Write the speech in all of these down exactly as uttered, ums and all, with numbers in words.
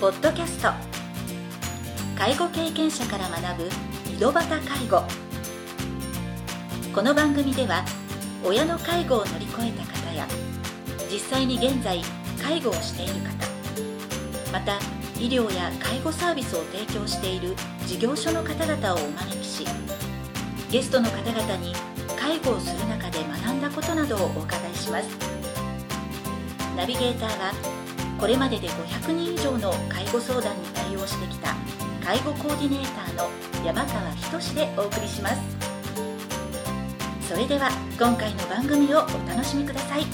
ポッドキャスト、介護経験者から学ぶ井戸端介護。この番組では親の介護を乗り越えた方や実際に現在介護をしている方、また医療や介護サービスを提供している事業所の方々をお招きし、ゲストの方々に介護をする中で学んだことなどをお伺いします。ナビゲーターはこれまででごひゃくにん以上の介護相談に対応してきた介護コーディネーターの山川仁でお送りします。それでは今回の番組をお楽しみください。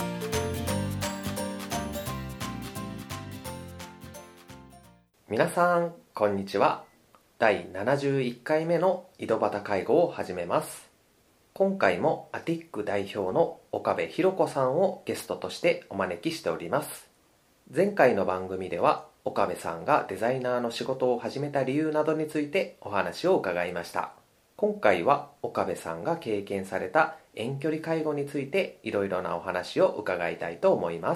皆さんこんにちは。だいななじゅういっかいめの井戸端介護を始めます。今回もアティック代表の岡部博子さんをゲストとしてお招きしております。前回の番組では岡部さんがデザイナーの仕事を始めた理由などについてお話を伺いました。今回は岡部さんが経験された遠距離介護についていろいろなお話を伺いたいと思います。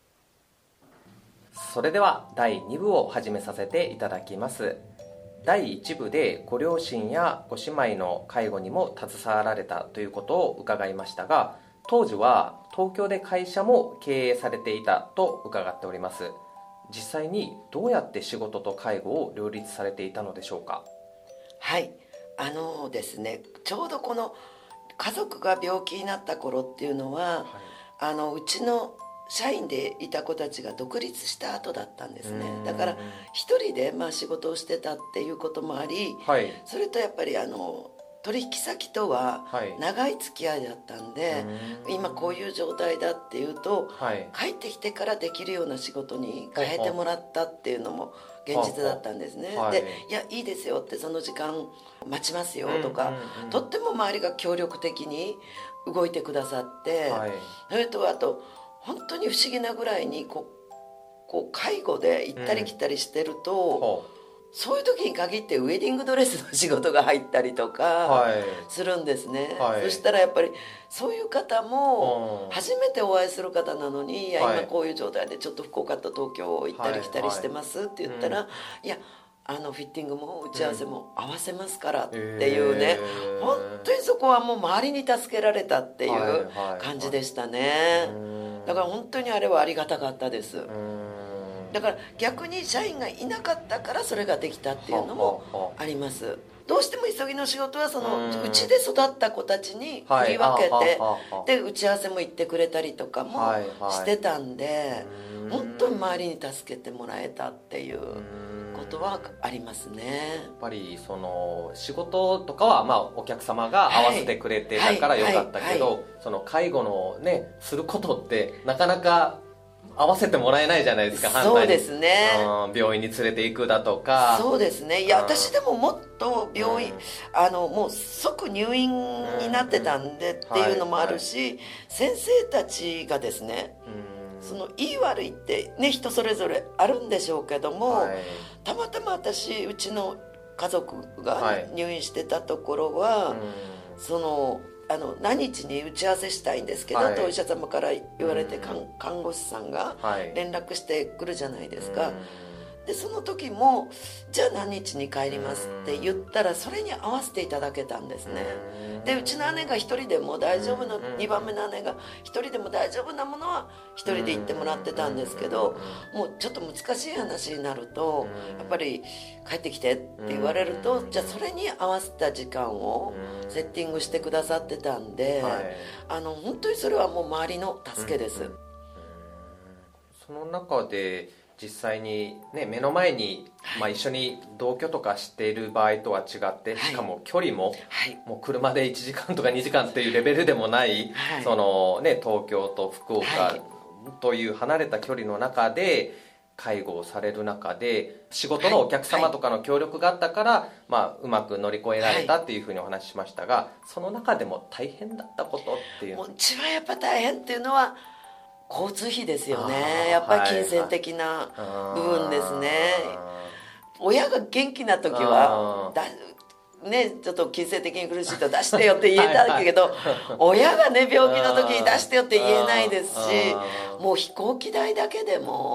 それではだいにぶを始めさせていただきます。だいいちぶでご両親やご姉妹の介護にも携わられたということを伺いましたが、当時は東京で会社も経営されていたと伺っております。実際にどうやって仕事と介護を両立されていたのでしょうか？ はい、あのですね、ちょうどこの家族が病気になった頃っていうのは、はい、あのうちの社員でいた子たちが独立した後だったんですね。だから一人でまあ仕事をしてたっていうこともあり、はい、それとやっぱりあの取引先とは長い付き合いだったんで、はい、今こういう状態だっていうと、はい、帰ってきてからできるような仕事に変えてもらったっていうのも現実だったんですね。はい、で、いやいいですよって、その時間待ちますよとか、うんうんうん、とっても周りが協力的に動いてくださって、はい、それとあと本当に不思議なぐらいにこう、こう介護で行ったり来たりしてると、うん、そういう時に限ってウェディングドレスの仕事が入ったりとかするんですね。はい、そしたらやっぱりそういう方も初めてお会いする方なのに、いや今こういう状態でちょっと福岡と東京行ったり来たりしてますって言ったら、いやあのフィッティングも打ち合わせも合わせますからっていうね、うん、本当にそこはもう周りに助けられたっていう感じでしたね。はいはいはい、だから本当にあれはありがたかったです。だから逆に社員がいなかったからそれができたっていうのもあります。どうしても急ぎの仕事はそのうちで育った子たちに振り分けて、で打ち合わせも行ってくれたりとかもしてたんで、本当に周りに助けてもらえたっていうことはありますね。 やっぱりその仕事とかはまあお客様が合わせてくれてたからよかったけど、その介護のねすることってなかなか合わせてもらえないじゃないですか。反対にそうですね、 うん、病院に連れて行くだとか。 そうですね。いや、うん、私でももっと病院、うん、あのもう即入院になってたんでっていうのもあるし、はいはい、先生たちがですね、うん、そのいい悪いってね人それぞれあるんでしょうけども、はい、たまたま私うちの家族が入院してたところは、はい、そのあの何日に打ち合わせしたいんですけど、はい、とお医者様から言われて、看護師さんが連絡してくるじゃないですか。でその時もじゃあ何日に帰りますって言ったらそれに合わせていただけたんですね。でうちの姉が一人でも大丈夫な、にばんめの姉が一人でも大丈夫なものは一人で行ってもらってたんですけど、もうちょっと難しい話になるとやっぱり帰ってきてって言われると、じゃあそれに合わせた時間をセッティングしてくださってたんで、あの本当にそれはもう周りの助けです。 その中で実際に、ね、目の前に、はい、まあ、一緒に同居とかしている場合とは違って、はい、しかも距離も、はい、もう車でいちじかんとかにじかんっていうレベルでもない、はい、そのね、東京と福岡という離れた距離の中で介護をされる中で、仕事のお客様とかの協力があったから、はい、まあ、うまく乗り越えられたっていうふうにお話ししましたが、その中でも大変だったことっていうのは？ もう一番やっぱ大変っていうのは交通費ですよね。やっぱり金銭的な部分ですね。親が元気な時はだ、ね、ちょっと金銭的に苦しいと出してよって言えたけどはい、親がね病気の時に出してよって言えないですし、もう飛行機代だけでも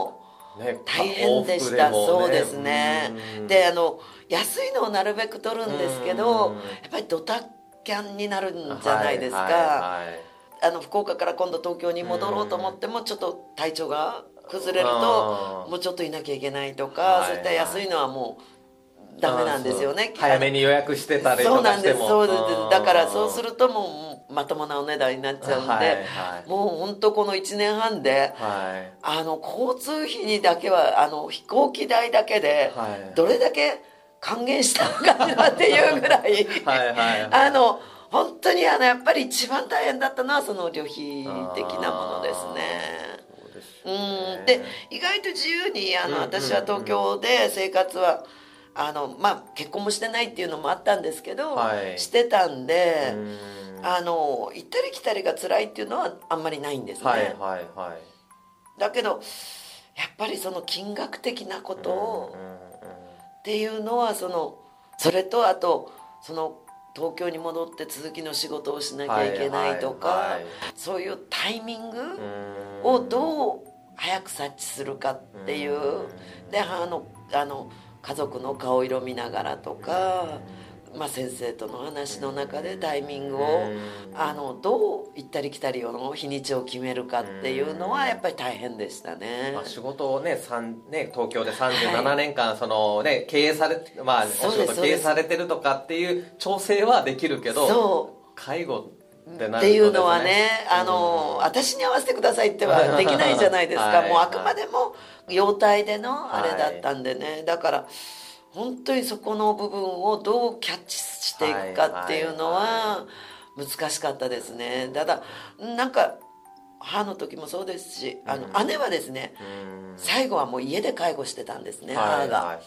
ね、 大変でした、ね、そうですね。であの安いのをなるべく取るんですけど、やっぱりドタキャンになるんじゃないですか、はいはいはい、あの福岡から今度東京に戻ろうと思ってもちょっと体調が崩れるともうちょっといなきゃいけないとか、はいはい、そういった安いのはもうダメなんですよね。 早めに予約してたりとかしても、 そうなんです、そうです。だからそうするともうまともなお値段になっちゃうんで、はいはい、もう本当このいちねんはんで、はい、あの交通費にだけはあの飛行機代だけでどれだけ還元したのかなっていうぐらいはいはい、はい、あの本当にあのやっぱり一番大変だったのはその旅費的なものですね。うんで意外と自由にあの、うん、私は東京で生活はあの、まあ、結婚もしてないっていうのもあったんですけど、はい、してたんであの行ったり来たりが辛いっていうのはあんまりないんですね、はいはいはい、だけどやっぱりその金額的なことを、うんうんうん、っていうのはそのそれとあとその東京に戻って続きの仕事をしなきゃいけないとか、はいはいはい、そういうタイミングをどう早く察知するかっていうであのあの家族の顔色見ながらとか、まあ、先生との話の中でタイミングをあのどう行ったり来たりの日にちを決めるかっていうのはやっぱり大変でしたね。 まあ、仕事をね、ね東京でさんじゅうななねんかん、はい、そのね、経営され、まあ、お仕事経営されてるとかっていう調整はできるけどそう介護ってなるとですね、 っていうのはねあの私に合わせてくださいってはできないじゃないですか、はい、もうあくまでも容態でのあれだったんでね、はい、だから本当にそこの部分をどうキャッチしていくかっていうのは難しかったですね。ただなんか母の時もそうですしあの姉はですね最後はもう家で介護してたんですね、母が、はい、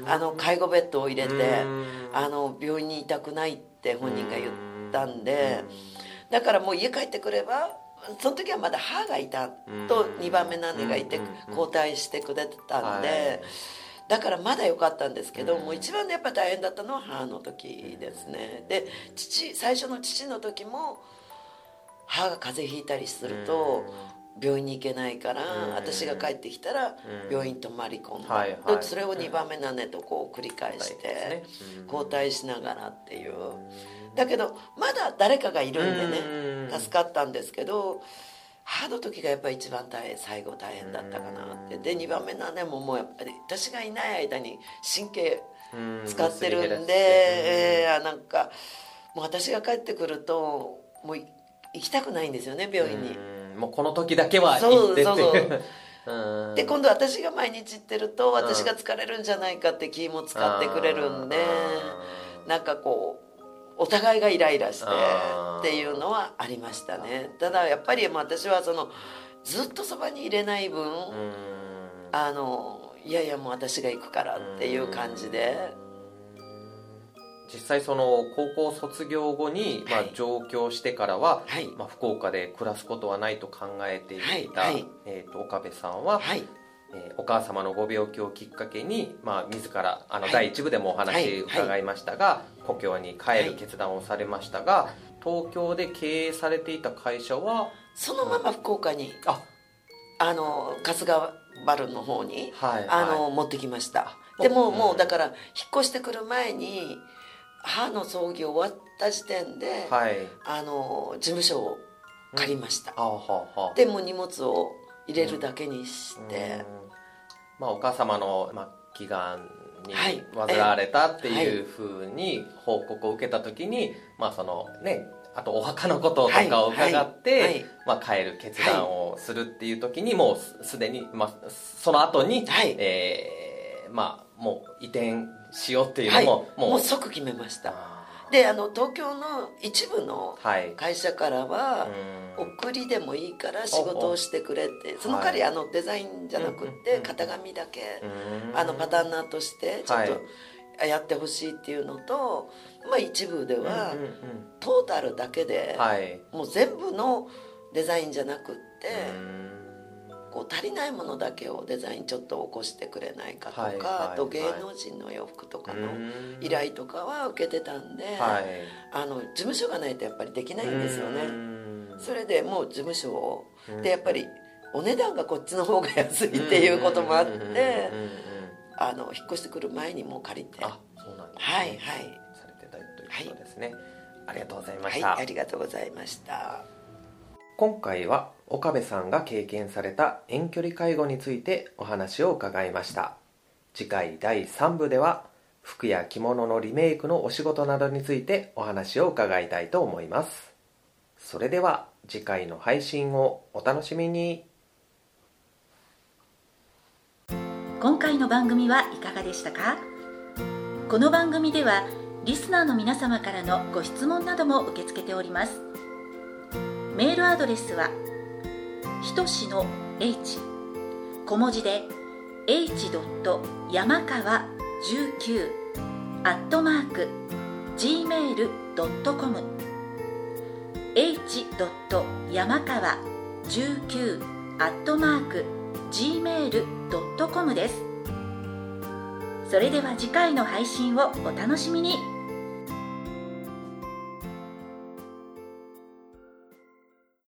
あの介護ベッドを入れてあの病院にいたくないって本人が言ったんでだからもう家帰ってくればその時はまだ母がいたとにばんめの姉がいて交代してくれてたんでだからまだ良かったんですけどもう一番やっぱ大変だったのは母の時ですね。で父最初の父の時も母が風邪ひいたりすると病院に行けないから私が帰ってきたら病院泊まり込んだ、はいはい、それをにばんめの姉とこう繰り返して交代しながらっていうだけどまだ誰かがいるんでね助かったんですけど母の時がやっぱり一番大変最後大変だったかなってでにばんめの姉ももうやっぱり私がいない間に神経使ってるんでえー、なんかもう私が帰ってくるともう行きたくないんですよね病院にもうこの時だけは行ってってそうそうそうで今度私が毎日行ってると私が疲れるんじゃないかって気も使ってくれるんでなんかこうお互いがイライラしてっていうのはありましたね。ただやっぱり私はそのずっとそばにいれない分あのいやいやもう私が行くからっていう感じで実際その高校卒業後に、まあ、上京してからは、はいまあ、福岡で暮らすことはないと考えていた、はいはいえー、と岡部さんは、はいえー、お母様のご病気をきっかけに、まあ、自らあの、はい、だいいち部でもお話伺いましたが、はいはい、故郷に帰る決断をされましたが、はい、東京で経営されていた会社はそのまま福岡に、うん、ああの春日原の方に、はい、あの、はい、持ってきました。でも、うん、もうだから引っ越してくる前に母の葬儀終わった時点で、はい、あの事務所を借りました、うん、あははでも荷物を入れるだけにして、うんうんまあ、お母様の、まあ、祈願に患われたっていうふうに報告を受けた時に、はいまあそのね、あとお墓のこととかを伺って、はいはいまあ、帰る決断をするっていう時にもうすでに、まあ、その後に、はいえーまあ、もう移転しようっていうのも、はい、 もう、もう即決めました。であの東京の一部の会社からは、はい、送りでもいいから仕事をしてくれってその代わり、はい、あのデザインじゃなくって型紙だけあのパターナーとしてちょっとやってほしいっていうのと、まあ、一部ではトータルだけで、はい、もう全部のデザインじゃなくってこう足りないものだけをデザインちょっと起こしてくれないかとか、はいはいはい、あと芸能人の洋服とかの依頼とかは受けてたんで、はい、あの事務所がないとやっぱりできないんですよね。それでもう事務所をでやっぱりお値段がこっちの方が安いっていうこともあってあの引っ越してくる前にもう借りてあそうなんですねはいはいされてたということですね、はい、ありがとうございました、 はい、ありがとうございました。 今回は岡部さんが経験された遠距離介護についてお話を伺いました。次回だいさん部では服や着物のリメイクのお仕事などについてお話を伺いたいと思います。それでは次回の配信をお楽しみに。 今回の番組はいかがでしたか？この番組ではリスナーの皆様からのご質問なども受け付けております。メールアドレスはひとしの H 小文字で エイチ 山川じゅうきゅう アットマーク ジーメール ドットコム エイチ 山川じゅうきゅう アットマーク ジーメール ドットコム です。それでは次回の配信をお楽しみに。